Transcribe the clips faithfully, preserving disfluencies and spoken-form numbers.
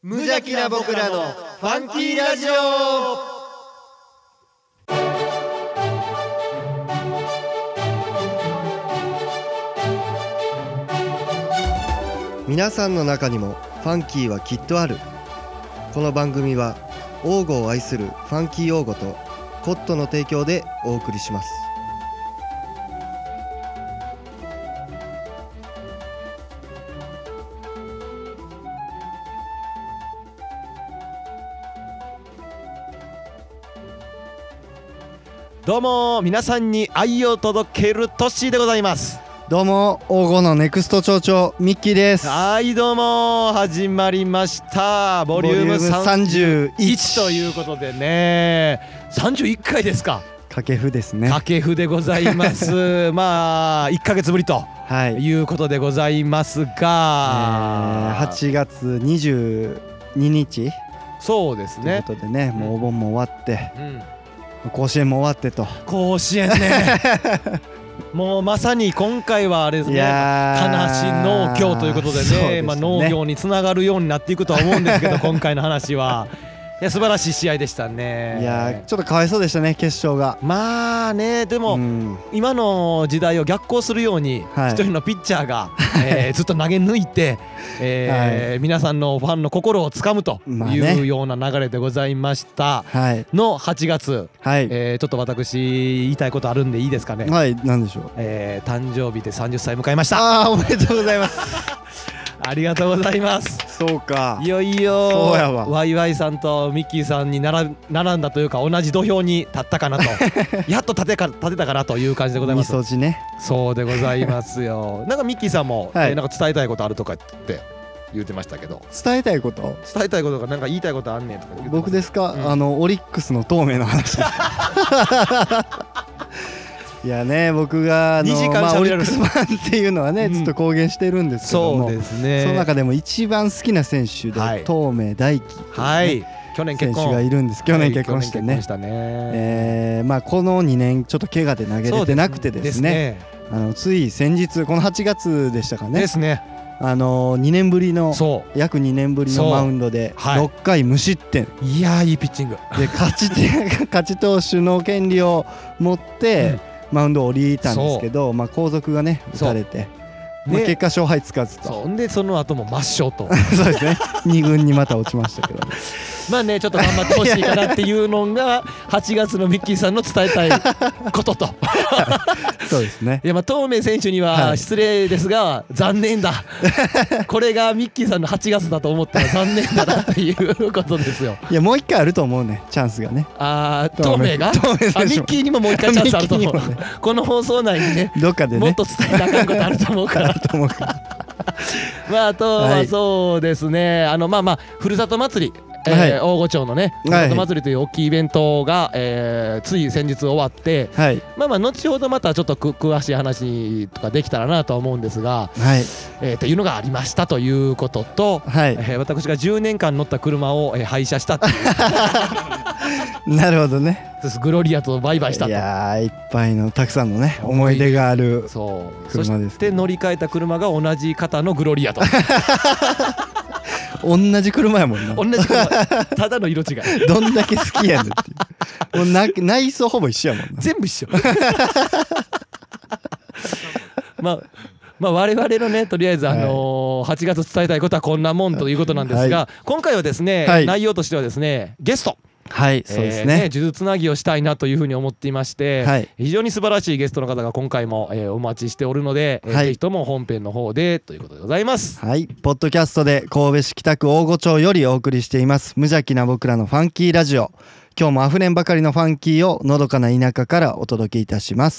無邪気な僕らのファンキーラジオ。皆さんの中にもファンキーはきっとある。この番組は王語を愛するファンキー王語とコットの提供でお送りします。 どうも皆さんに愛を届けるトッシーでございます。 どうも王語のネクスト町長ミッキーです。 はいどうも始まりました。ボリュームさんじゅういちということでね、さんじゅういっかいですか。 掛布ですね。 掛布でございますまあいっかげつぶりということでございますが、えー、 はちがつにじゅうににちそうですねということでね、もうお盆も終わって、 うん甲子園も終わってと。 甲子園ねもうまさに今回はあれですね、話農業ということで ね, でね、まあ、農業につながるようになっていくとは思うんですけど今回の話はいや素晴らしい試合でしたね。 いやちょっとかわいそうでしたね、決勝が。 まあね、でも、うん、今の時代を逆行するように一、はい、人のピッチャーが、えー、ずっと投げ抜いて、えーはい、皆さんのファンの心をつかむというような流れでございましたのはちがつ、はいえー、ちょっと私言いたいことあるんでいいですかね。 はい、何でしょう。 えー、誕生日でさんじゅっさい迎えました。 あーおめでとうございますありがとうございます。 そうか、 いよいよワイワイさんとミッキーさんに並んだというか同じ土俵に立ったかなとやっと立てか立てたかなという感じでございます。 みそじね。 そうでございますよなんかミッキーさんも、はいえー、なんか伝えたいことあるとかって言ってましたけど。伝えたいこと伝えたいこととかなんか言いたいことあんねんとか言ってました。 僕ですか、うん、あのオリックスの東明の話ですいやね、僕があのまあオリックスファンっていうのはね、うん、ずっと公言してるんですけども、 そうですね、 その中でも一番好きな選手で、はい、東明大輝、ね、はい、 去年結婚選手がいるんです。去年結婚してね、 はい、したね、 えーまあ、このにねんちょっと怪我で投げれてなくてですね、あのつい先日このはちがつでしたかね、 ですね、 あのにねんぶりの約にねんぶりのマウンドでろっかい無失点、 はい、いやーいいピッチングで勝ち勝ち投手の権利を持って、うんマウンドを降りたんですけど、まあ、後続がね打たれて、まあ、結果勝敗つかずと。 そうでその後も抹消とそうですね、に軍にまた落ちましたけどまあねちょっと頑張ってほしいかなっていうのがはちがつのミッキーさんの伝えたいこととそうですね。 いやまあ東明選手には失礼ですが、はい、残念だこれがミッキーさんのはちがつだと思ったら残念だなっていうことですよ。いやもう一回あると思うね、チャンスがね。 ああ東明が東明あミッキーにももう一回チャンスあると思う、ね、この放送内にねどっかでねもっと伝えなあかんことあると思うからまああとはそうですね、あのまあまあふるさと祭りえーはい、大御町のねふるさと祭りという大きいイベントが、えー、つい先日終わって、はい、まあまあ後ほどまたちょっとく詳しい話とかできたらなとは思うんですが、はいえー、というのがありましたということと、はいえー、私がじゅうねんかん乗った車を、えー、廃車したっていうなるほどね。 グロリアとバイバイしたと。 いやーいっぱいのたくさんのね思い出があるそう車です。 そして乗り換えた車が同じ型のグロリアと同じ車やもんな。 同じ車ただの色違いどんだけ好きやねんっていうもうな内装ほぼ一緒やもんな。 全部一緒まあまあ我々のねとりあえずあのはちがつ伝えたいことはこんなもんということなんですが、はい、今回はですね、はい、内容としてはですねゲストはいそうですね、 えー、ね数珠つなぎをしたいなというふうに思っていまして、はい、非常に素晴らしいゲストの方が今回も、えー、お待ちしておるので、はい、ぜひとも本編の方でということでございます。 はいポッドキャストで神戸市北区大御町よりお送りしています無邪気な僕らのファンキーラジオ。今日もあふれんばかりのファンキーをのどかな田舎からお届けいたします。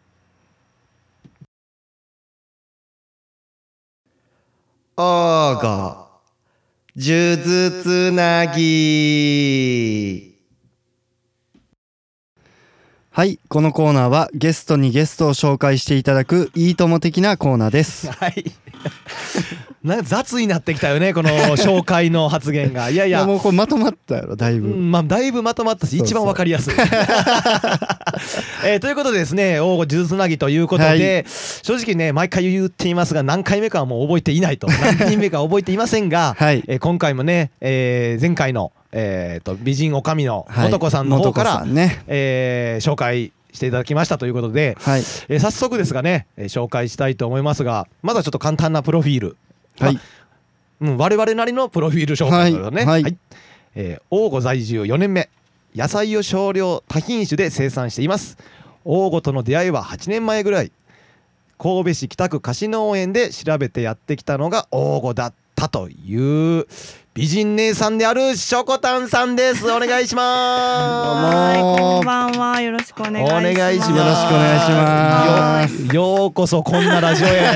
おーご数珠つなぎ。 はい、このコーナーはゲストにゲストを紹介していただくいいとも的なコーナーです。 はいなんか雑になってきたよねこの紹介の発言が。いやいや、いやもうこれまとまったやろだいぶ、 うん、まあだいぶまとまったし一番わかりやすいえー、ということでですね、王吾数珠つなぎということで、はい、正直ね毎回言っていますが何回目かはもう覚えていないと何人目か覚えていませんが、はい、えー、今回もね、えー、前回の、えー、と美人女将の素子さんの方から、はいねえー、紹介していただきましたということで、はい、えー、早速ですがね、えー、紹介したいと思いますが、まずはちょっと簡単なプロフィール、はい、まあうん、我々なりのプロフィール紹介ですね。はい、はい、えー、王吾在住よねんめ、野菜を少量多品種で生産しています。王吾との出会いははちねんまえぐらい、神戸市北区菓子農園で調べてやってきたのが王吾だったという美人姉さんであるしょこたんさんです。お願いします。 はい、こんばんは。よろしくお願いします。 お願いします。 よろしくお願いします。 よ, ようこそこんなラジオへ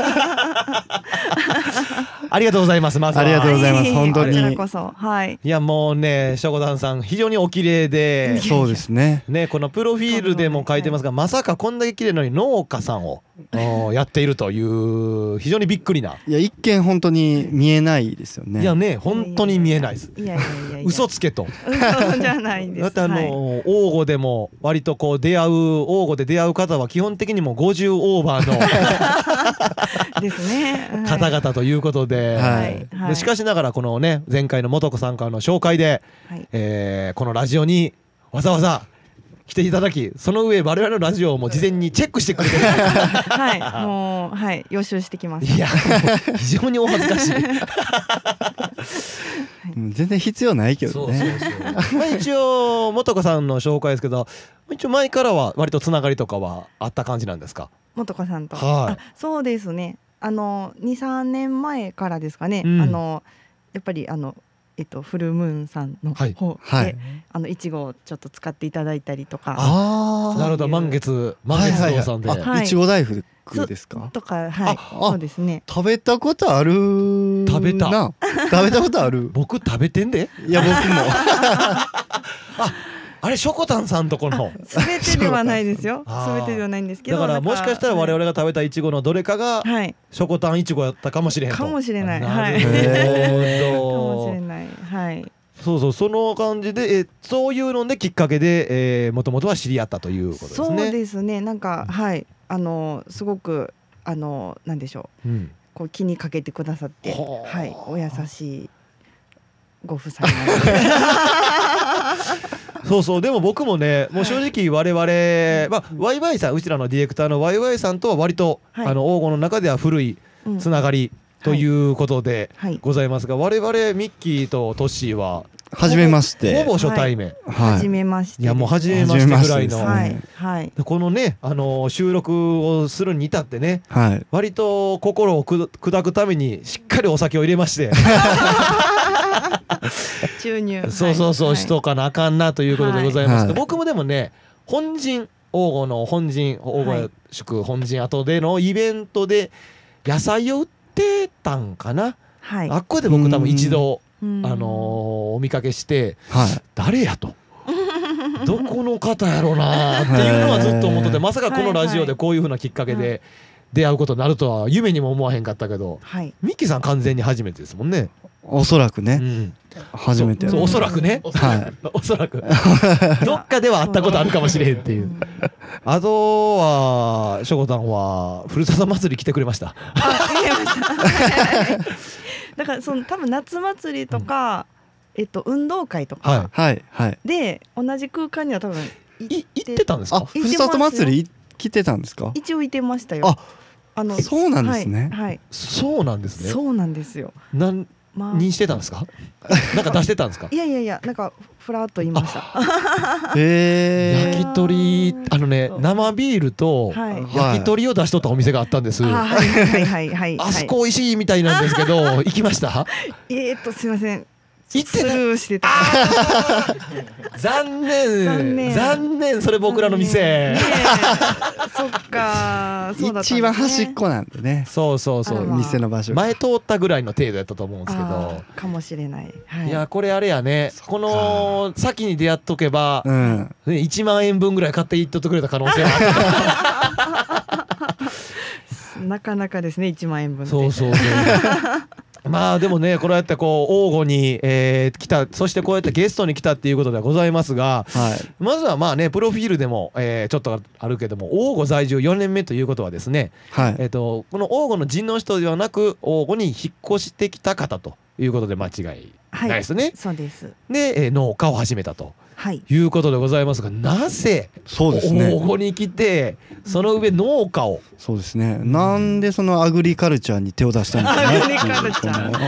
ありがとうございます。まずはありがとうございます。本当に。 こちらこそ。はい。 いやもうね、しょこたんさん非常にお綺麗で、 そうですね。 ね、このプロフィールでも書いてますが、まさかこんだけ綺麗なのに農家さんをやっているという非常にびっくりな。 いや一見本当に見えないですよね。 いやね、本当に見えないです。 いやいやいやいや。 嘘つけと。 嘘じゃないです。 だってあの王吾でも割とこう出会う王吾で出会う方は基本的にもごじゅうオーバーのですね。 方々ということで。はい。でしかしながらこのね前回の素子さんからの紹介で、はいえー、このラジオにわざわざ来ていただき、その上我々のラジオをも事前にチェックしてくれてるはいもうはい予習してきました。 いや非常にお恥ずかしい全然必要ないけどね。 そうそうそうまあ一応素子さんの紹介ですけど、一応前からは割とつながりとかはあった感じなんですか？ 素子さんと、 はい、 あそうですね、あの にさんねんまえからですかね、 うん、 あのやっぱりあのえっと、フルムーンさんの方で、はい、あのいちごをちょっと使っていただいたりとか、 ああなるほど、満月満月堂さんで、 はい、いちご大福ですかとか、はい、そうですね。 食べたことある食べたな食べたことある僕食べてんで。 いや僕もああれしょこたんさんとこのすべてではないですよ。すべてではないんですけど、 だからもしかしたら我々が食べたいちごのどれかがしょこたんいちごやったかもしれへんと。 かもしれない。 なるほど。 かもしれない。はい。 そうそう、その感じで、えそういうのできっかけで、えー、もともとは知り合ったということですね。 そうですね。なんか、はいあのすごくあのなんでしょう、うん、こう気にかけてくださって、はいお優しいご夫妻なのでそうそう、でも僕もねもう正直我々、はい、まあワイワイさん、うちらのディレクターのワイワイさんとは割と、はい、あの黄金の中では古いつながり、うんということでございますが、はいはい、我々ミッキーとトッシーは初めましてほぼ初対面、 はい、初めまして、 いやもう初めましてぐらいの、 はいはい、 このね、あのー、収録をするに至ってね、はい、割と心をく砕くためにしっかりお酒を入れまして注入そうそうそう、 はい、 しとかなあかんなということでございますが、はい、僕もでもね本陣黄金の本陣黄金宿本陣後でのイベントで野菜を売っててたんかな、はい、あっこで僕多分一度、あのー、お見かけして、はい、誰やとどこの方やろうなっていうのはずっと思ってて、まさかこのラジオでこういう風なきっかけで出会うことになるとは夢にも思わへんかったけど、はい、ミッキーさん完全に初めてですもんね。 おそらくね、うん、初めて。 そう、おそらくね、はい、おそらくどっかでは会ったことあるかもしれへんっていうあとはしょこたんはふるさと祭り来てくれました。 あ、来てましただからその多分夏祭りとか、うん、えっと運動会とか、 はいはい、 で同じ空間には多分行ってたんですか。 あ、ふるさと祭り来てたんですか。 一応いてましたよ。 あ、あのそうなんですね、 はいはい、 そうなんですね。 そうなんですよ。 なんまあ、にしてたんですかなんか出してたんですか。 いやいやいや、なんかふらっと言いましたへ焼き鳥、あのね、生ビールと焼き鳥を出しとったお店があったんです。 はいはいはいはい、 あそこ美味しいみたいなんですけど行きました。 えーっとすいません、 行ってないスルーしてた残念残念残念それ僕らの店、 ね、そっかそうだったんですね、 一番端っこなんでね。 そうそうそう、 まあ店の場所前通ったぐらいの程度やったと思うんですけど、 あーかもしれない、はい、 いやこれあれやね、この先に出会っとけば、 うん、 ね、いちまんえんぶんぐらい買っていっとってくれた可能性はあったなかなかですねいちまんえんぶんってそうそうそうまあでもねこうやってこう王吾に、えー、来た、そしてこうやってゲストに来たっていうことではございますが、 はい、 まずはまあねプロフィールでも、えー、ちょっとあるけども王吾在住よねんめということはですね、 はい、 えー、とこの王吾の陣の人ではなく王吾に引っ越してきた方ということで間違いないですね、 はい、そうです。 で、えー、農家を始めたとはいいうことでございますが、なぜそうですね、 王吾に来てその上農家を、 そうですね、なんでそのアグリカルチャーに手を出したのかなっていう。 アグリカルチャー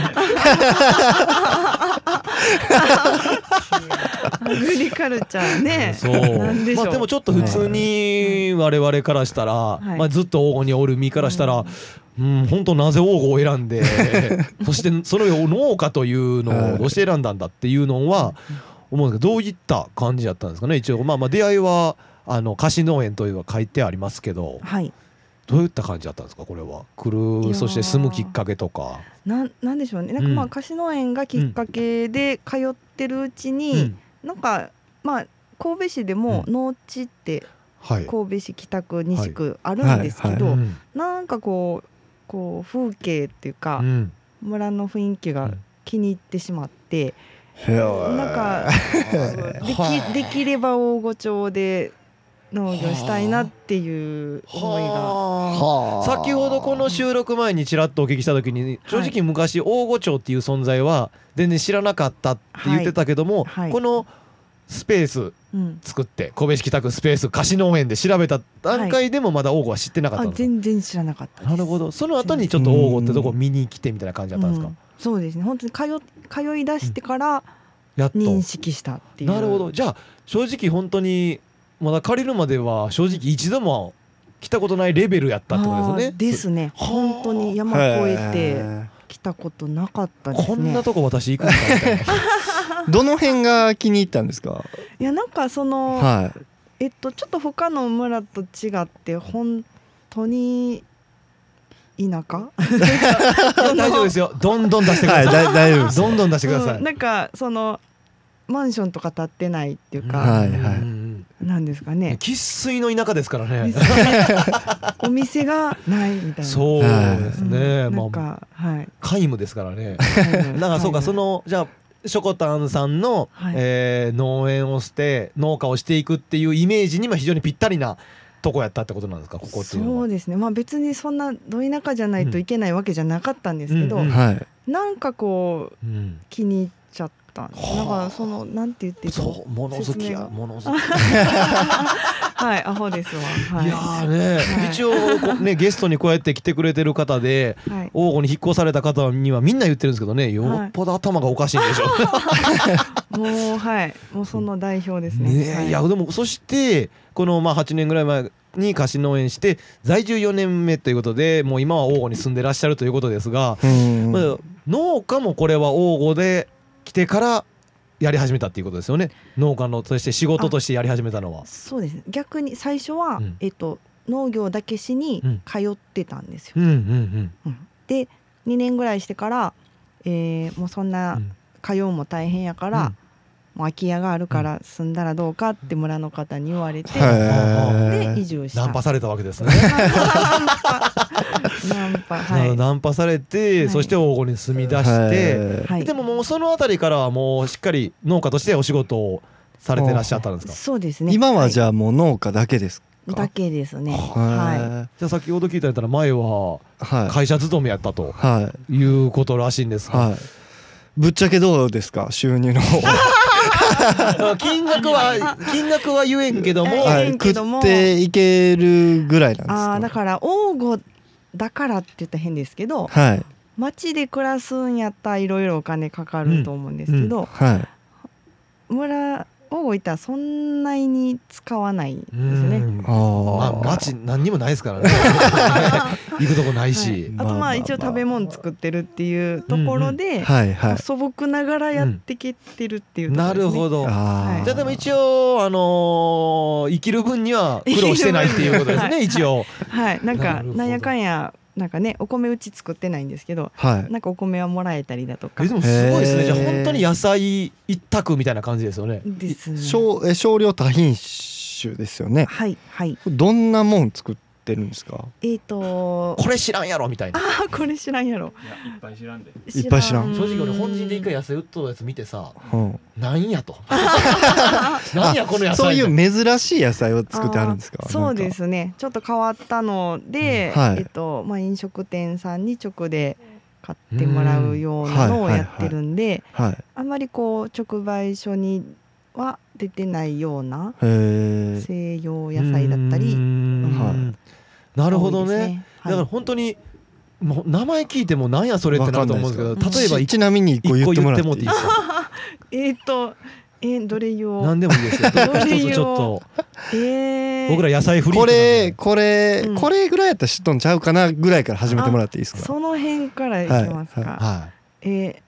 アグリカルチャーね。 そうなんでしょう、 まあ、でもちょっと普通に我々からしたら、 はいまあ、ずっと王吾におる身からしたら、うん、本当なぜ王吾を選んでそしてその上農家というのをどうして選んだんだっていうのは思うんですけど、どういった感じだったんですかね。一応まあまあ出会いはあの貸し農園というのは書いてありますけど、 はい、 どういった感じだったんですかこれは。来る、そして住むきっかけとか。 な、なんでしょうね、なんかまあうん貸し農園がきっかけで通ってるうちに、 うんなんかまあ神戸市でも農地ってはい神戸市北区西区あるんですけど、 はうんなんかこうこう風景っていうか、 うん村の雰囲気が気に入ってしまって、 へーなんかできできれば大御町で農業したいなっていう思いが。 はあ先ほどこの収録前にちらっとお聞きした時に正直昔大御町っていう存在は全然知らなかったって言ってたけども、 はいはいこのスペースうん、 作って神戸市北区スペース貸し農園で調べた段階でもまだ王吾は知ってなかったあんですか。 全然知らなかったです。 なるほど。その後にちょっと王吾ってとこ見に来てみたいな感じだったんですか。 うんそうですね、本当に通通い出してからやっと認識したっていう。 なるほど。じゃあ正直本当にまだ借りるまでは正直一度も来たことないレベルやったってことですよね。 あーですね。 はあ本当に山越えて来たことなかったですね。 こんなとこ私行くんだみたいな。 どの辺が気に入ったんですか。 いやなんかその、 はえっとちょっと他の村と違って本当に田舎大丈夫ですよ。どんどん出してい、 くはい、 ださい。 だ大丈夫です。 どんどん出してください。 うんなんかそのマンションとか建ってないっていうか、 はいはいうんうんなんですかうんね。 生粋の田舎ですからね。 お店がないみたいな。 そうですうんね。まなんあかはい。 皆無ですからね。だからそうか、そのじゃあショコタンさんの、 はいえー農園をして農家をしていくっていうイメージにも非常にぴったりなとこやったってことなんですか、ここっていうのは。 そうですね。まあ別にそんなど田舎じゃないといけないわけじゃなかったんですけど、 うんうんはい。 なんかこううん気に入っちゃった。なんはあかそのなんて言っていいかそう物好き説明がや物好き。 はいアホですわ。はいいやーね、 はい一応こうねゲストにこうやって来てくれてる方ではい。 王吾に引っ越された方にはみんな言ってるんですけどね、よっぽど頭がおかしいんでしょう。 もうはいもうその代表ですね。 ねえ、 はいいやでもそしてこのまあはちねんぐらい前に貸し農園して在住よねんめということで、もう今は王吾に住んでらっしゃるということですが、 うんまあ、農家もこれは王吾で来てからやり始めたっていうことですよね。農家のとして仕事としてやり始めたのは。 そうですね。逆に最初は、 うんえっと農業だけしにうん通ってたんですよ。 うんうんうんでにねんぐらいしてから、えーもうそんうなん通うも大変やから、 うんもう空き家があるから住んだらどうかって村の方に言われて、 へーで移住した。 ナンパされたわけですね。 ナンパはい。 ナンパされて、 はいそして王吾に住み出して、 はいでももうそのあたりからはもうしっかり農家としてお仕事をされてらっしゃったんですか。 そうですね。 今はじゃゃあもう農家だけですか。 だけですね。ははじゃあ先ほど聞いたやったら前はいはい会社勤めやったとはいいうことらしいんですが、 はい。ぶっちゃけどうですか、収入の方。 金額は金額は言えんけども、 えはい、 言えんけ食どもっていけるぐらいなんですい。 か。 ああだから王吾だからって言ったら変ですけど、 はい町で暮らすんやったらいろいろお金かかると思うんですけど、 はい村を置いたらそんなに使わないですね。 ああ、町何にもないですからね行くとこないし、 はい、あとまあ一応食べ物作ってるっていうところで素朴ながらやってきてるっていうところですね、 うん、なるほど、 はい、 じゃあでも一応あのー、生きる分には苦労してないっていうことですね一応はいなんかなんやかんやなんかねお米うち作ってないんですけど、はい、なんかお米はもらえたりだとか。 えでもすごいですね。じゃあ本当に野菜一択みたいな感じですよね。 ですね。 少え少量多品種ですよね。 はいはい。 どんなもん作ってるんですか。 えっとこれ知らんやろみたいな。 あこれ知らんやろ。 いやいっぱい知らんで。 いっぱい知らん。 正直俺本陣で一回野菜売っとるやつ見てさ、うん、なんやと。なんやこの野菜。 そういう珍しい野菜を作ってあるんですか。 そうですね。ちょっと変わったので、うんはい、えっとまあ飲食店さんに直で買ってもらうようなのをやってるんで、あんまりこう直売所には出てないような西洋野菜だったり。 はい、なるほどね。ねだから本当に。もう名前聞いてもなんやそれってなると思うんですけど、例えばちなみに一個言ってもらっていいですか。えっとえどれ言おう。 何でもいいですよ。一つちょっと、えー、僕ら野菜フリーこれこれ、うん、これぐらいやったら知っとんちゃうかなぐらいから始めてもらっていいですか。 その辺からいきますか。はいはい、えー、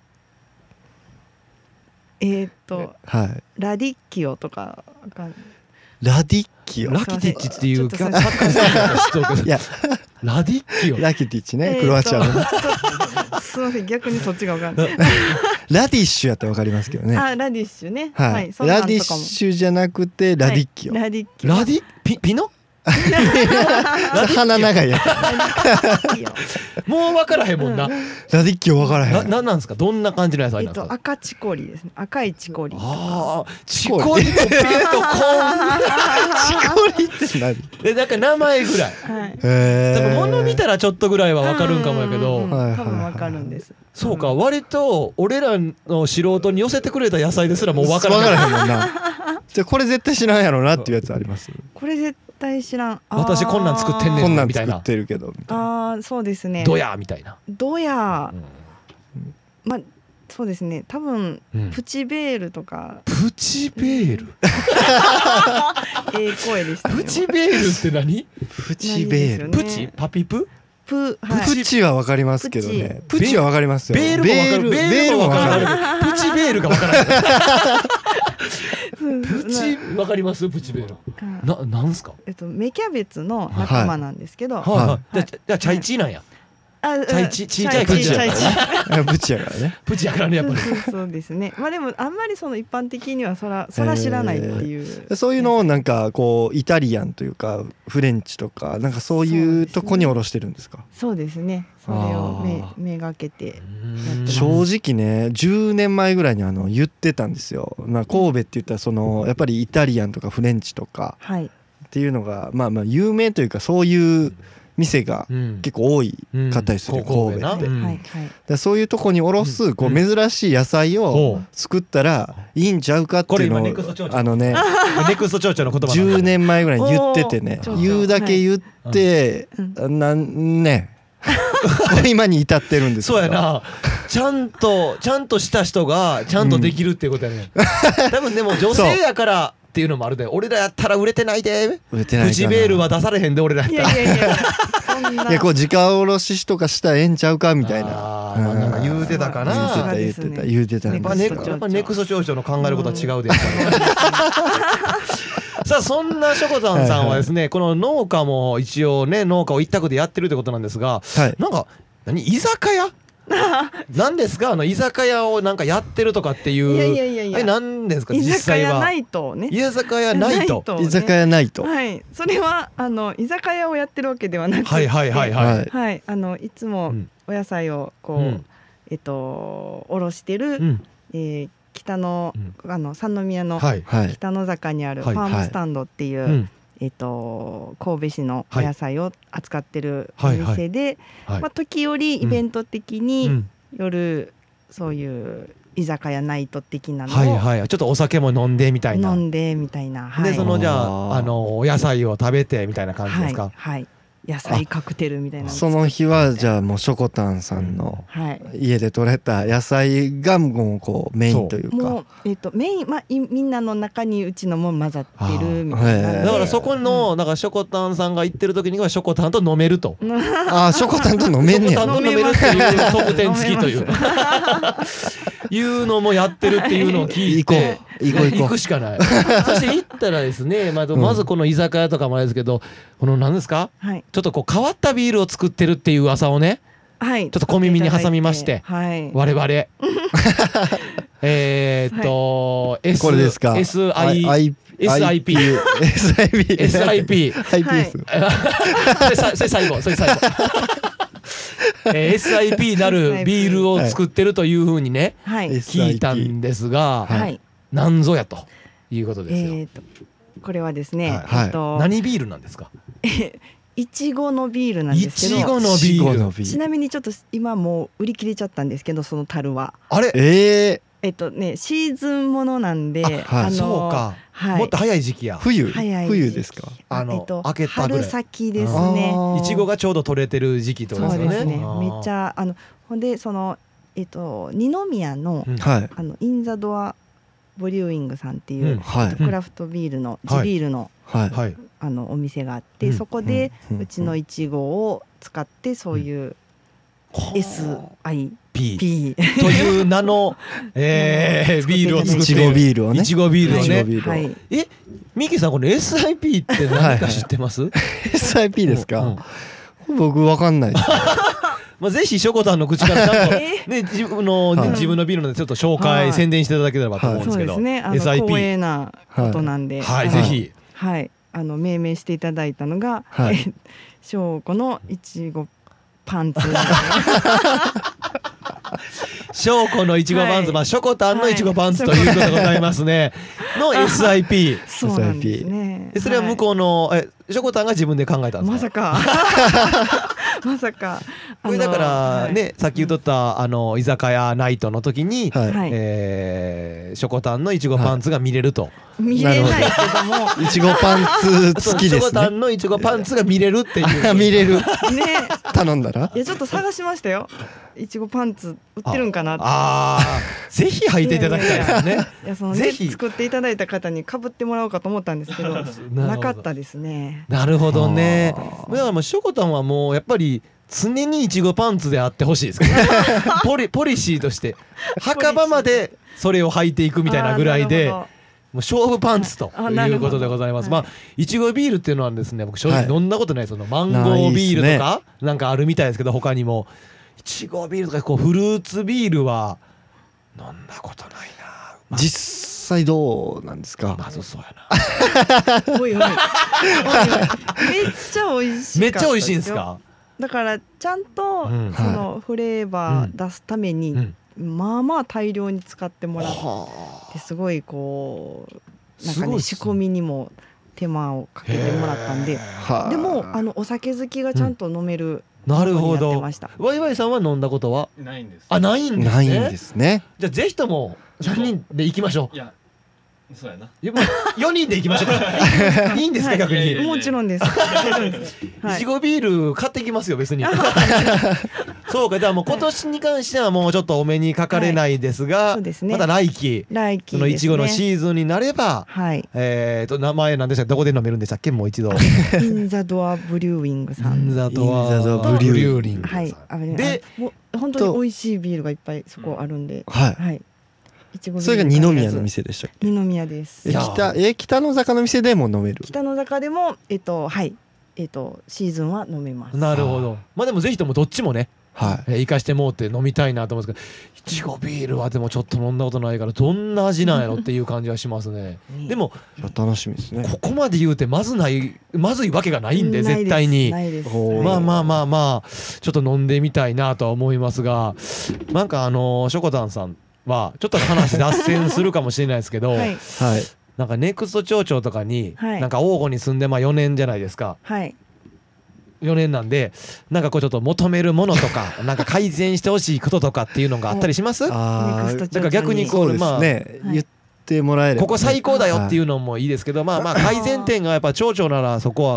えー、っと、はい、ラディッキオとかラディッキオラキティッチっていうサッカー選手が知っとるけど。いやラディッキオラキティッチね、クロアチアの。 すみません逆にそっちが分かんない。 ラディッシュやったら分かりますけどね。 あラディッシュね。 はい。ラディッシュじゃなくてラディッキオ。 ラディッキオ。 ラディピピノ？ 鼻長いやつ。 もう分からへんもんな。 ラディッキオ分からへん。 ななんなんですか。どんな感じの野菜なんですか。 赤チコリですね。赤いチコリ。 ああチコリとピンとコン。 チコリって何？ えなんか名前ぐらい。はい。多分物見たらちょっとぐらいは分かるんかもやけど。 多分分かるんです。 そうか割と俺らの素人に寄せてくれた野菜ですらもう分からへんもんな。じゃあこれ絶対知らんやろなっていうやつあります？ これ絶対知らん。 私こんなん作ってんねんみたいな。 こんなん作ってるけど。 ああそうですね。 どやみたいな。 どや。まあそうですね。多分プチベールとか。 プチベール。 ええ声でした。 プチベールって何？ プチベール。 プチパピプ？ ププチはわかりますけどね。プチはわかりますよ。 ベールもわかる。ベールもわかる。プチベールがわからない。プチわかります？プチベール。ななんすか？ えっと芽キャベツの仲間なんですけど。 はいはい。じゃあチャイチーなんや。 あチャイチちいちゃいプチやからね。プチやからね。 プチやからねやっぱり。 そうですね。まあでもあんまりその一般的にはそらそら知らないっていう。 そういうのをなんかこうイタリアンというかフレンチとかなんかそういうとこに卸してるんですか。 そうですね。それをめめがけてやってます。 正直ねじゅうねんまえぐらいにあの言ってたんですよ。まあ神戸って言ったらそのやっぱりイタリアンとかフレンチとかっていうのがまあまあ有名というかそういう店が結構多いかったりする、神戸って、うんだそういうとこに卸すこう珍しい野菜を作ったらいいんちゃうかっていうのをあのねネクスト町長の言葉じゅうねんまえぐらいに言っててね言うだけ言ってなんね今に至ってるんですそうやなちゃんとちゃんとした人がちゃんとできるっていうことやね、うん、多分でも女性やからっていうのもあるで俺らやったら売れてないで売れてないかなプチベールは出されへんで俺らやったらいやいやいやそんないやこう自家卸しとかしたらええんちゃうかみたいなあ、まあ、なんか言うてたかな言うてた言うてた言うてたんですやっぱやっぱネクスト町長の考えることは違うで、うん、さあそんなしょこたんさんはですね、はいはい、この農家も一応ね農家を一択でやってるってことなんですが、はい、なんか何居酒屋なんですかあの居酒屋をなんかやってるとかっていういやいやいやいやえなんですか実際は居酒屋ないとね居酒屋ないと居酒屋ないとはいそれはあの居酒屋をやってるわけではなくてはいはいはいはいはいあのいつもお野菜をこう、うん、えっとおろしてる、うんえー、北の、うん、あの三宮の北の坂にあるファームスタンドっていう、はいはいうんえー、と神戸市のお野菜を扱ってるお店で、はいはいはいまあ、時折イベント的に夜そういう居酒屋ナイト的なのを、 はいはい、ちょっとお酒も飲んでみたいな飲んでみたいな、はい、 でそのじゃあ、あのお野菜を食べてみたいな感じですか、 はいはい、 野菜カクテルみたいな、 その日はじゃあもうしょこたんさんの家で採れた野菜がもうこうメインというか、 もう、えー、とメイン、まあ、みんなの中にうちのも混ざってるみたいな、 だからそこのなんかしょこたんさんが行ってる時にはしょこたんと飲めるとああしょこたんと飲めんねやしょこたんと飲めるっていう特典付きといういうのもやってるっていうのを聞いて行こう行こう行くしかないそして行ったらですね、まあ、まずこの居酒屋とかもあれですけど、この何ですか、はい、ちょっとこう変わったビールを作ってるっていう噂をね、はい、ちょっと小耳に挟みまして、はい、我々えっと S これですかエスアイエスアイピー エスアイピー エスアイピーそれ最後それ最後エスアイピー なるビールを作ってるというふうにね、はい、聞いたんですが、はい、何ぞやということですよ。えー、とこれはですね、 はいえっと、何ビールなんですか？ いちごのビールなんですけど、 いちごのビールちなみにちょっと今もう売り切れちゃったんですけど、その樽はあれえーえっとねシーズンものなんで、 あ、はい、あのそうか、はい、もっと早い時期や。 冬冬ですか？ あの、えっと、開けたぐらい春先ですね。 いちごがちょうど取れてる時期ってことですよね。 そうですね。めっちゃあのほんでそのえっと二宮の、うん、あのインザドアブリューイングさんっていう、うんはい、クラフトビールの、うん、地ビールの、はい、あのお店があって、うん、そこで、うん、うちのいちごを使ってそういう、うん、エスアイピーという名の、えー、ビールを作っていちごビールをねいちごビールをね、はい、えミキさんこの エスアイピー って何か知ってます？はい、 エスアイピー ですか？うん、僕わかんないですまあぜひしょこたんの口からちゃんと、ね、自分の、ねはい、自分のビールのちょっと紹介、はい、宣伝していただければと思うんですけど、 そうですね、あの エスアイピー 光栄なことなんで、 はい、はい、ぜひ、 はい、あの命名していただいたのが、はい、しょうこのいちごパンツしょうこのいちごパンツ、はい、まあしょこたんのいちごパンツということでございますね、はい、の エスアイピーそうなんですね。 それは向こうの、はい、えしょこたんが自分で考えたんですか？ まさかまさかこれだからね、はい、さっき言っとったあの居酒屋ナイトの時に、はいえー、しょこたんのいちごパンツが見れると、はい、 見れないけどもいちごパンツ付きですね。しょこたんのいちごパンツが見れるっていう見れるね頼んだらいやちょっと探しましたよ、いちごパンツ売ってるんかなって。 ああぜひ履いていただきたいですね。 いやそのねぜひ作っていただいた方に被ってもらおうかと思ったんですけどなかったですね。 なるほどね。だからもうしょこたんはもうやっぱり常にいちごパンツであってほしいですけど、ね、ポリポリシーとして墓場までそれを履いていくみたいなぐらいでもう勝負パンツということでございます。まあいちごビールっていうのはですね、僕正直飲んだことない、そのマンゴービールとかなんかあるみたいですけど、他にもいちごビールとかこうフルーツビールは飲んだことないな、 まあ、実際どうなんですか？ まずそうやなおいおいおいおいめっちゃ美味しい。 めっちゃ美味しいんですか？ だからちゃんとそのフレーバー出すためにまあまあ大量に使ってもらってすごいこうなんかね仕込みにも手間をかけてもらったんで、でもあのお酒好きがちゃんと飲める。 なるほど。ワイワイさんは飲んだことはないんです。 あないんですね。 ないんですね。 じゃあぜひともさんにんで行きましょう。 いやそうやな。 よにんで行きましょう。いいんですか、逆に。 もちろんです。 いちごビール買ってきますよ別に。そうか、じゃあもう今年に関してはもうちょっとお目にかかれないですが、また来期そのいちごのシーズンになれば、えっと名前なんでしたっけ、どこで飲めるんでしたっけ、もう一度。 インザドアブリューイングさん。 インザドアブリューイング。 はい。で、本当に美味しいビールがいっぱいそこあるんで。 はい。それが二宮の店でしたっけ？ 二宮です。 え北え北の坂の店でも飲める？ 北の坂でもえっとはいえっとシーズンは飲めます。 なるほど。まあでもぜひともどっちもね、はい、えー、生かしてもうって飲みたいなと思うんですけど、いちごビールはでもちょっと飲んだことないからどんな味なんやろっていう感じはしますね。でも楽しみですね。 ここまで言うてまずないまずいわけがないんで絶対に。まあまあまあまあちょっと飲んでみたいなとは思いますが、なんかあのしょこたんさんはちょっと話脱線するかもしれないですけど、はい、なんかネクスト町長とかに、はい、なんか王吾に住んでまあよねんじゃないですか、はい、よねんなんでなんかこうちょっと求めるものとかなんか改善してほしいこととかっていうのがあったりします？ あだから逆にこう、まあね、言ってもらえれば、ね、 ここ最高だよっていうのもいいですけど、まあまあ改善点がやっぱ町長ならそこは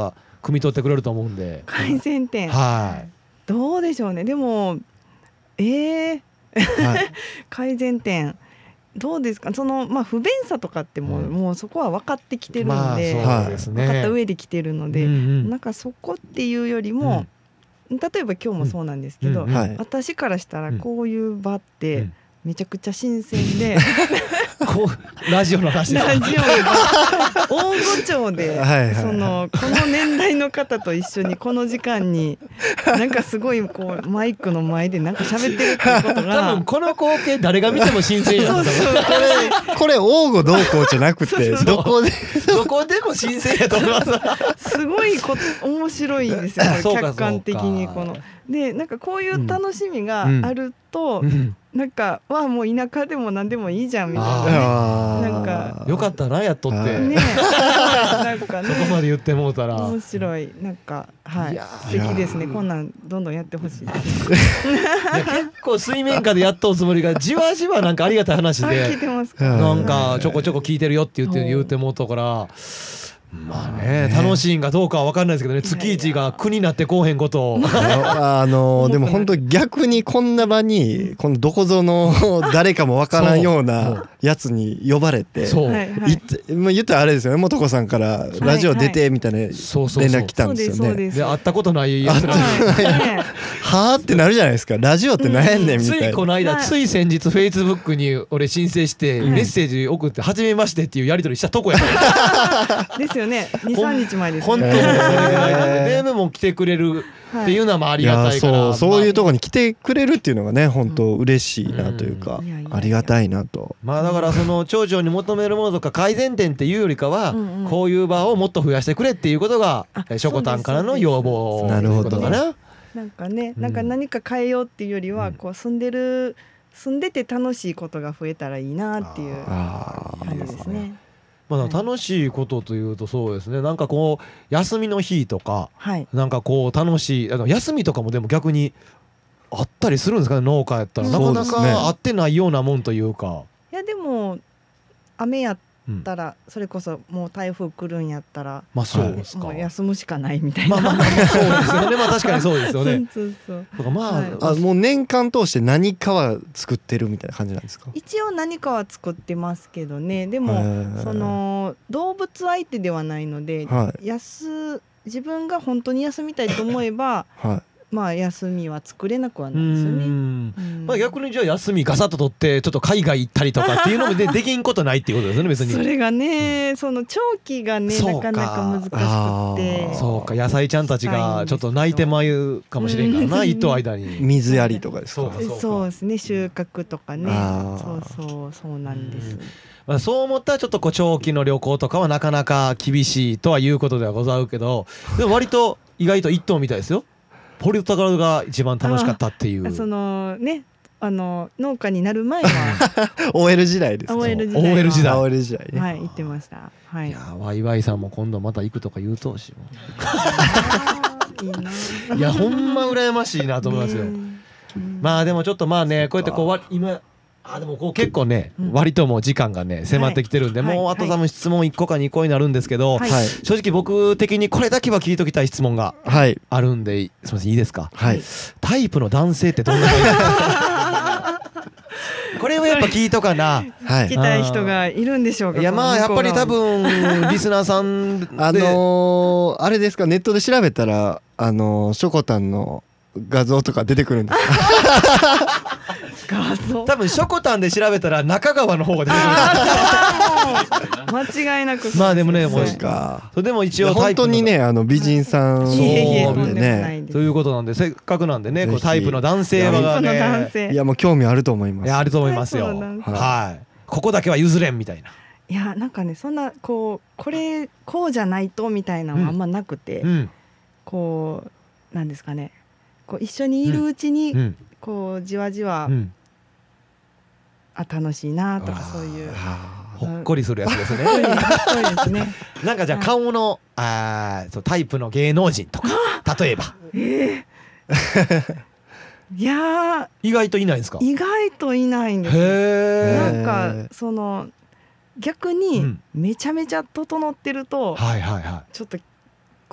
汲み取ってくれると思うんで。 改善点、 はい、 どうでしょうね。でもえーはい、改善点どうですか。その、まあ、不便さとかってもう、うん、もうそこは分かってきてるので、 まあそうですね、 分かった上で来てるので、うんうん、なんかそこっていうよりも、うん、例えば今日もそうなんですけど、うんうん、私からしたらこういう場ってめちゃくちゃ新鮮で、 うん、こうラジオの話ですラジオの大御町ではいはい、そのこの年代の方と一緒にこの時間になんかすごいこうマイクの前でなんか喋ってるっていうことが多分この光景誰が見ても新鮮やそうそうこれこれ大御同行じゃなくてどこでどこでも新鮮やと思いますすごいこ面白いですよ客観的にこのでなんかこういう楽しみがあると、うんうんなんかはもう田舎でも何でもいいじゃんみたいな、ね、なんかよかったなやっとって、 ね、なんかねそこまで言ってもうたら面白いなんかはい素敵ですね。こんなんどんどんやってほしいですいや結構水面下でやっとうつもりがじわじわなんかありがたい話で聞いてますかなんかちょこちょこ聞いてるよって言って言うてもうたからまあね、楽しいんかどうかは分かんないですけどね月一が苦になってこうへんことをあのでも本当逆にこんな場にこのどこぞの誰かも分からんようなやつに呼ばれてそう言ったらあれですよね素子さんからラジオ出てみたいな連絡来たんですよね。 で会ったことないやつらはーってなるじゃないですか。ラジオって何やんねんみたいな。 ついこの間つい先日フェイスブックに俺申請してメッセージ送って初めましてっていうやり取りしたとこやからですよね。にさんにちまえですね。 本当にそれぐらいなのでネームも来てくれるっていうのはありがたいから、 そうそういうところに来てくれるっていうのがね本当嬉しいなというかありがたいなと。 まあだからその町長に求めるものとか改善点っていうよりかはこういう場をもっと増やしてくれっていうことがしょこたんからの要望ということかな。 なんかねなんか何か変えようっていうよりはこう住んでる住んでて楽しいことが増えたらいいなっていう感じですね。 まあ、楽しいことというとそうですねなんかこう休みの日とか、はい、なんかこう楽しいあの休みとかもでも逆にあったりするんですかね農家やったら、うん、なかなか合ってないようなもんというか。 いやでも雨やったら、うん、それこそもう台風来るんやったら、 まあそうですか、 もう休むしかないみたいな。 まあまあまあそうですよね。まあ確かにそうですよね。 そうそうそう。まあ、はい、 あもう年間通して何かは作ってるみたいな感じなんですか。 一応何かは作ってますけどね。でもその動物相手ではないので、はい、休自分が本当に休みたいと思えば。はいまあ休みは作れなくはないですよね。うんまあ、逆にじゃあ休みガサッと取ってちょっと海外行ったりとかっていうのも で, できんことないっていうことですよね別に。 それがね、うん、その長期がねなかなか難しくってそうか野菜ちゃんたちがちょっと泣いてまうかもしれんからな、うん、一頭間に水やりとかですか。 そうそうそうですね収穫とかねそうそうそうなんです、うんまあ、そう思ったらちょっとこう長期の旅行とかはなかなか厳しいとはいうことではござうけどでも割と意外と一頭みたいですよ。ポルトガルが一番楽しかったっていう。 そのねあの農家になる前はオーエル 時代ですか。 オーエル 時代オーエル 時代オーエル 時代ねはい行ってました、はい、 いやワイワイさんも今度また行くとか言うとうしよいいないやほんま羨ましいなと思いますよ。まあでもちょっとまあねこうやってこう今あでもこう結構ね、うん、割ともう時間がね迫ってきてるんで、はい、もうあと多分質問いっこかにこになるんですけど、はい、正直僕的にこれだけは聞いときたい質問があるんで、はい、すみませんいいですか、はい、タイプの男性ってどんな感じこれはやっぱ聞いとかな聞きたい人がいるんでしょうか。 いやまあやっぱり多分リスナーさんであのー、あれですかネットで調べたらあのー、ショコタンの画像とか出てくるんですか画像多分ショコタンで調べたら中川の方が出てくる間違いなくまあでもねもうかそれでも一応タイプの本当にねあの美人さんそうでねということなんでせっかくなんでねこうタイプの男性はねいやもう興味あると思います。 いやあると思いますよはいここだけは譲れんみたいな。 いやなんかねそんなこうこれこうじゃないとみたいなのはあんまなくて、うん、こうなんですかねこう一緒にいるうちに、うん、こうじわじわ、うん、あ楽しいなとかそういうほっこりするやつですね。 ほっこりですね。 なんかじゃあ顔のあそうタイプの芸能人とか例えば、えー、いや意外といないんですか。 意外といないんですよ。 へなんかその逆にめちゃめちゃ整ってると、 うんはいはいはい、 ちょっとこう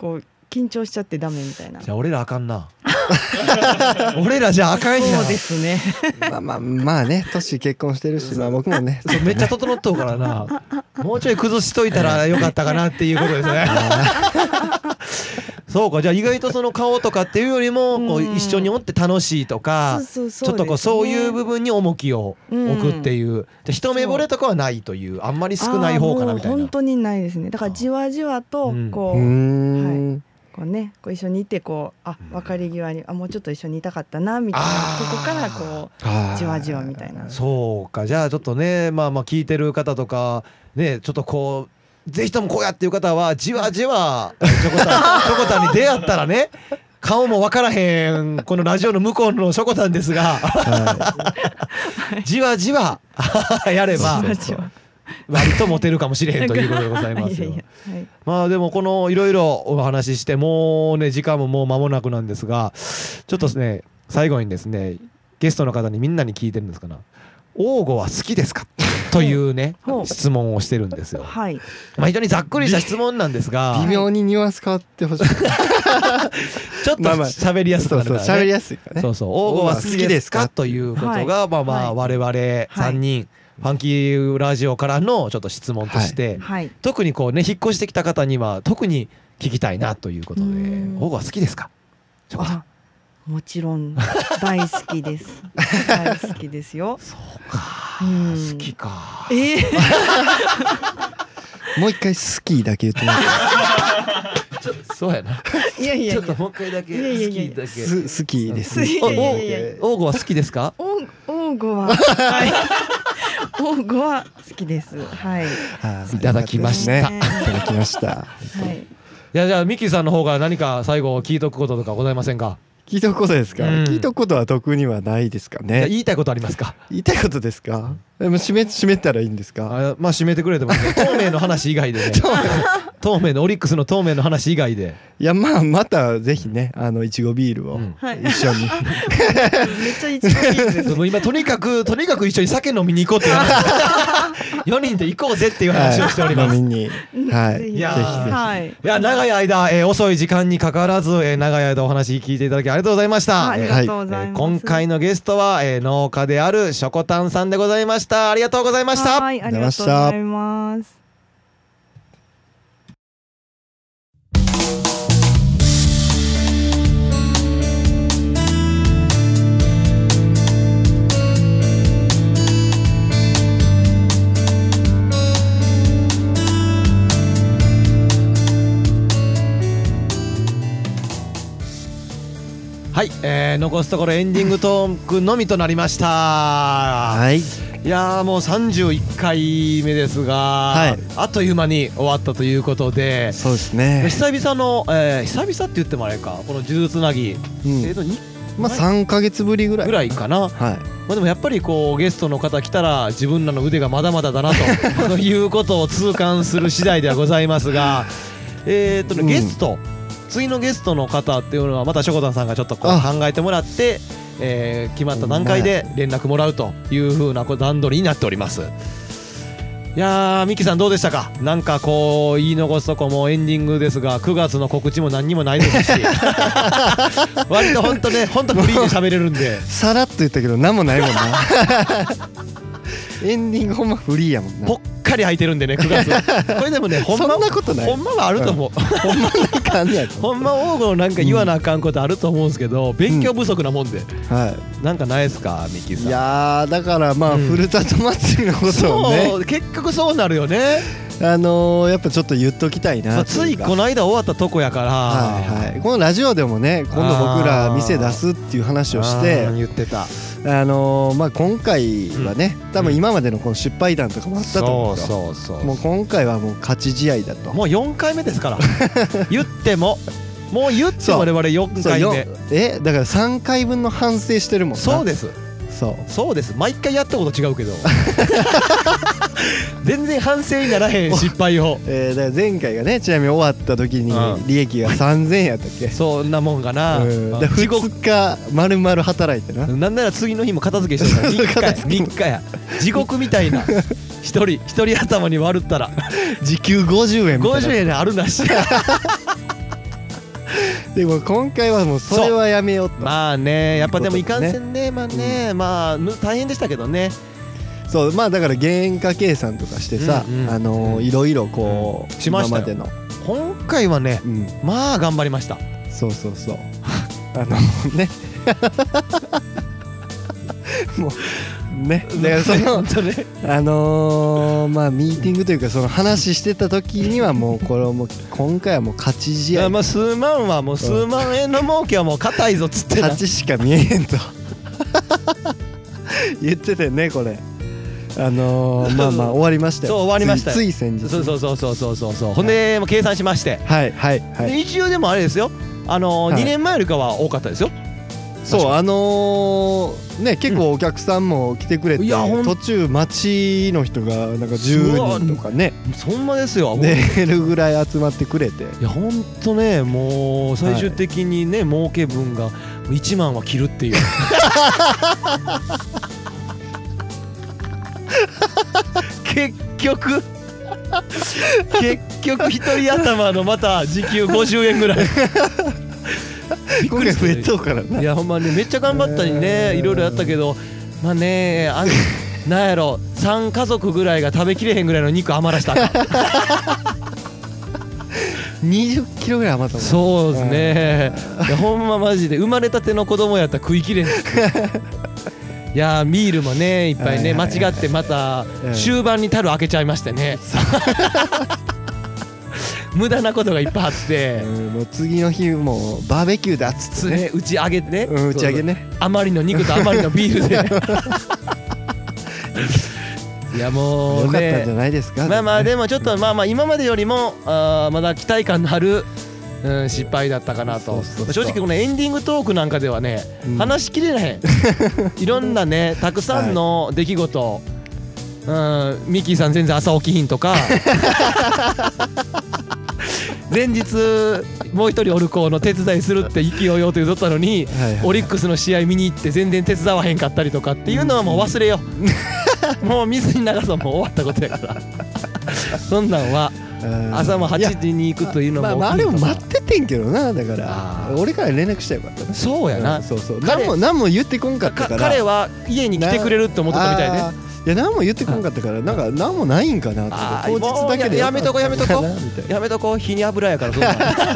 緊張しちゃってダメみたいな。 じゃあ俺らあかんな俺らじゃああかんやん。 そうですねまあまあまあね、トッシー結婚してるし、まあ僕もねめっちゃ整っとうからなもうちょい崩しといたらよかったかなっていうことですねそうか、じゃあ意外とその顔とかっていうよりもこう一緒におって楽しいとか、ちょっとこうそういう部分に重きを置くっていう、じゃ一目惚れとかはないという、あんまり少ない方かなみたいな。 本当にないですね。だからじわじわとこう、 うんはい、 こうね、こう一緒にいてこうあ別れ際にあもうちょっと一緒にいたかったなみたいなとこからこうじわじわみたいな。 そうか、じゃあちょっとね、まあまあ聞いてる方とかね、ちょっとこうぜひともこうやっていう方はじわじわチョコタンチョコタンに出会ったらね、顔も分からへんこのラジオの向こうのショコタンですが、はい、じわじわやれば割とモテるかもしれへんということでございますよ。いやいや、はい、まあでもこのいろいろお話ししてもうね時間ももう間もなくなんですが、ちょっとですね最後にですねゲストの方にみんなに聞いてるんですかな、王吾は好きですかというね質問をしてるんですよ。はい、まあ非常にざっくりした質問なんですが、 微妙にニュアンス変わってほしいちょっと喋りやすくなるからね。 そうそう喋りやすいからね。 そうそう、王吾は好きですかということがまあまあ我々さんにんファンキーラジオからのちょっと質問として、はい、特にこうね引っ越してきた方には特に聞きたいなということで、王吾は好きですか？ あ、もちろん大好きです大好きですよ。 そうか、うん、好きか。 えー、 もう一回好きだけ言ってもらってちょそうやな。 いやいやいや、 ちょっともう一回だけ好きだけ。 好きです。 王吾は好きですか？ 王吾ははい王吾は好きです。はい。 いただきました。いただきました。はい。 いやじゃあミキさんの方が何か最後聞いとくこととかございませんか？ 聞いとくことですか、うん、聞いとくことは特にはないですかね。 言いたいことありますか？ 言いたいことですか？でも締め締めたらいいんですか？ あ、まあ締めてくれても、ね、透明の話以外でね透明のオリックスの透明の話以外で、 いやまあまたぜひね、あのいちごビールを一緒に、うん、 めっちゃいちごビールです。 もう今とにかくとにかく一緒に酒飲みに行こうっていうよにんで行こうぜっていう話をしております。 はい、飲みに、はい、 いやぜひぜひ、はい、いや長い間、えー、遅い時間に関わらず、えー、長い間お話聞いていただきありがとうございました。 ありがとうございます。 今回のゲストは、えー、農家であるしょこたんさんでございました。ありがとうございました。 はい、ありがとうございます。 はい、えー、残すところエンディングトークのみとなりました。 はい、 いやもうさんじゅういっかいめですが、はい、あっという間に終わったということで、 そうですね、 久々の、えー、久々って言ってもあれか、この呪術つなぎ、うん、えーとまあ、さんかげつぶりぐらいぐらいかな、はい、まあ、でもやっぱりこうゲストの方来たら自分らの腕がまだまだだなということを痛感する次第ではございますがえーと、ね、ゲスト、うん、次のゲストの方っていうのはまたしょこたんさんがちょっとこう考えてもらって、えー、決まった段階で連絡もらうという風な段取りになっております。いやーミキさんどうでしたか？なんかこう言い残すとこもエンディングですがくがつの告知も何にもないですし割とほんとね、ほんとフリーで喋れるんでさらっと言ったけど何もないもんなエンディングほんまフリーやもんな。 ぽっかり空いてるんでねくがつこれでもねほんまそんなことない、 ほんまはあると思う、うん、 ほんまなんかあんねやろほんま王吾なんか言わなあかんことあると思うんですけど、うん、勉強不足なもんで、うん、はい、なんかないですかミキさん？ いやだからまあ、うん、ふるさと祭りのことをね、 そう結局そうなるよね。 あのー、やっぱちょっと言っときたいな、まあ、 ついこの間終わったとこやから、 はいはい、このラジオでもね今度僕ら店出すっていう話をして言ってた、 あのーまあ、今回はね、うん、多分今までのこの失敗談とかもあったと思うんですよ。そうそうそう、もう今回はもう勝ち試合だと。 もうよんかいめですから言ってももう言っても我々よんかいめ、 えだからさんかいぶんの反省してるもんな。 そうです、 そうそうです、毎回やったこと違うけど全然反省にならへん失敗を、 えー、だから前回がねちなみに終わった時に利益がさんぜんえんやったっけ、うん、 そんなもんかな、うん、 だふつか丸々働いてな、 なんなら次の日も片付けしてたらみっかや地獄みたいな一人一人頭に割ったら時給ごじゅうえんみたいなごじゅうえんあるなしでも今回はもうそれはやめようと。 まあねやっぱでもいかんせんねまあね、うん、まあ大変でしたけどね。 そうまあだから原価計算とかしてさ、うんうん、あのー、いろいろこう、 うん、しましたよ。 今までの今回はね、うん、まあ頑張りました。 そうそうそうあのねもうねだからそのあのー、まあミーティングというかその話してた時にはもうこれもう今回はもう勝ち試合。 まあ数万はもう数万円の儲けはもう硬いぞっつって勝ちしか見えへんと言っててねこれ。あのー、まあまあ終わりましたよ。 そう終わりましたよ。 つい先日。 そうそうそうそうそうそうそう。ほんでもう計算しまして。 はいはいはい。 で一応でもあれですよ。あのーはい、にねんまえよりかは多かったですよ。 そうあのー、ね結構お客さんも来てくれて、うん、途中町の人がなんかじゅうにんとかね。 そんなですよ。 出るぐらい集まってくれて。 いやほんとねもう最終的にね、はい、儲け分がいちまんは切るっていう。結局結局一人頭のまた時給ごじゅうえんぐらい今回増えとうからな。 いやほんまにめっちゃ頑張ったりねいろいろやったけどまあねあなんやろさん家族ぐらいが食べきれへんぐらいの肉余らしたかにじゅっキロぐらい余ったもん。 そうですね。いやほんまマジで生まれたての子供やったら食いきれんいやビールもねいっぱいね間違ってまた終盤に樽開けちゃいましてね無駄なことがいっぱいあって、 うん、もう次の日もうバーベキューだっつってね打ち上げてね、 うん、打ち上げねあまりの肉とあまりのビールでいやもうねよかったんじゃないですか。 まあまあでもちょっとまあまあ今までよりもあまだ期待感のあるうん、失敗だったかなと。正直このエンディングトークなんかではね、うん、話しきれないいろんなねたくさんの出来事、はい、うん、ミッキーさん全然朝起きひんとか前日もう一人おる子の手伝いするって意気揚々と言うとったのに、はいはいはい、オリックスの試合見に行って全然手伝わへんかったりとかっていうのはもう忘れようもう水に流そうもう終わったことやからそんなんは朝もはちじに行くというのも大きいかな。 まあ、まあ、あれも待っててんけどな。だから俺から連絡したらよかったね。 そうやな、 うん、そうそう何も何も言ってこんかったから彼は家に来てくれるって思ってたみたいね。 いや何も言ってこんかったからなんか何もないんかなって当日だけでや, やめとこやめとこやめとこ火に油やからそう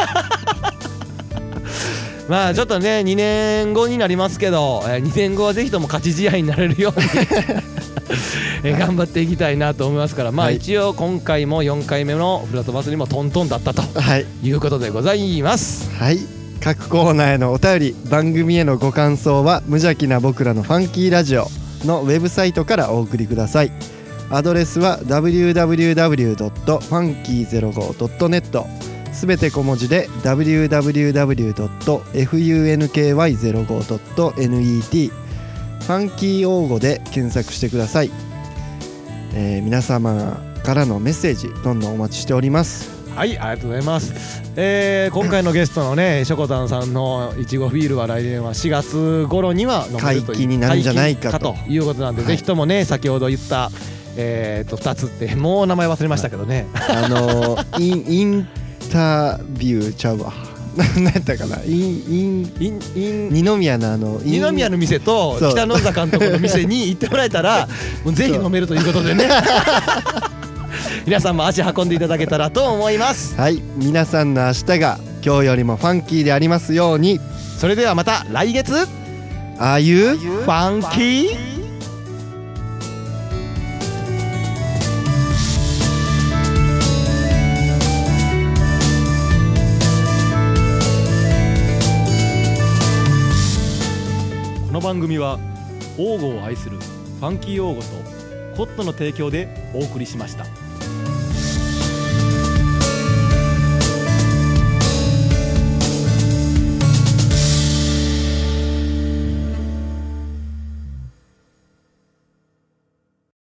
まあちょっとねにねんごになりますけどにねんごはぜひとも勝ち試合になれるようにえ頑張っていきたいなと思いますからまあ一応今回もよんかいめのふるさと祭りもトントンだったということでございます。 はい、各コーナーへのお便り番組へのご感想は無邪気な僕らのファンキーラジオのウェブサイトからお送りください。アドレスは ダブリューダブリューダブリュードットファンキーゼロごドットネット すべて小文字で ダブリューダブリューダブリュードットファンキーゼロごドットネット ファンキー応募で検索してください。えー、皆様からのメッセージどんどんお待ちしております。 はい、ありがとうございます。えー、今回のゲストのねしょこたんさんのいちごビールは来年はしがつ頃には飲めるという解禁になるんじゃないか と, かということなんで、はい、ぜひともね先ほど言ったえー、とふたつってもう名前忘れましたけどね、 はい、あのー、インインタビューちゃうわ何やったかなインインインイン二宮のあの二宮の店と北の坂のところの店に行ってもらえたらもうぜひ飲めるということでね皆さんも足運んでいただけたらと思います。 はい、皆さんの明日が今日よりもファンキーでありますように。 それではまた来月あゆファンキーこの番組は王語を愛するファンキー王語とコットの提供でお送りしました。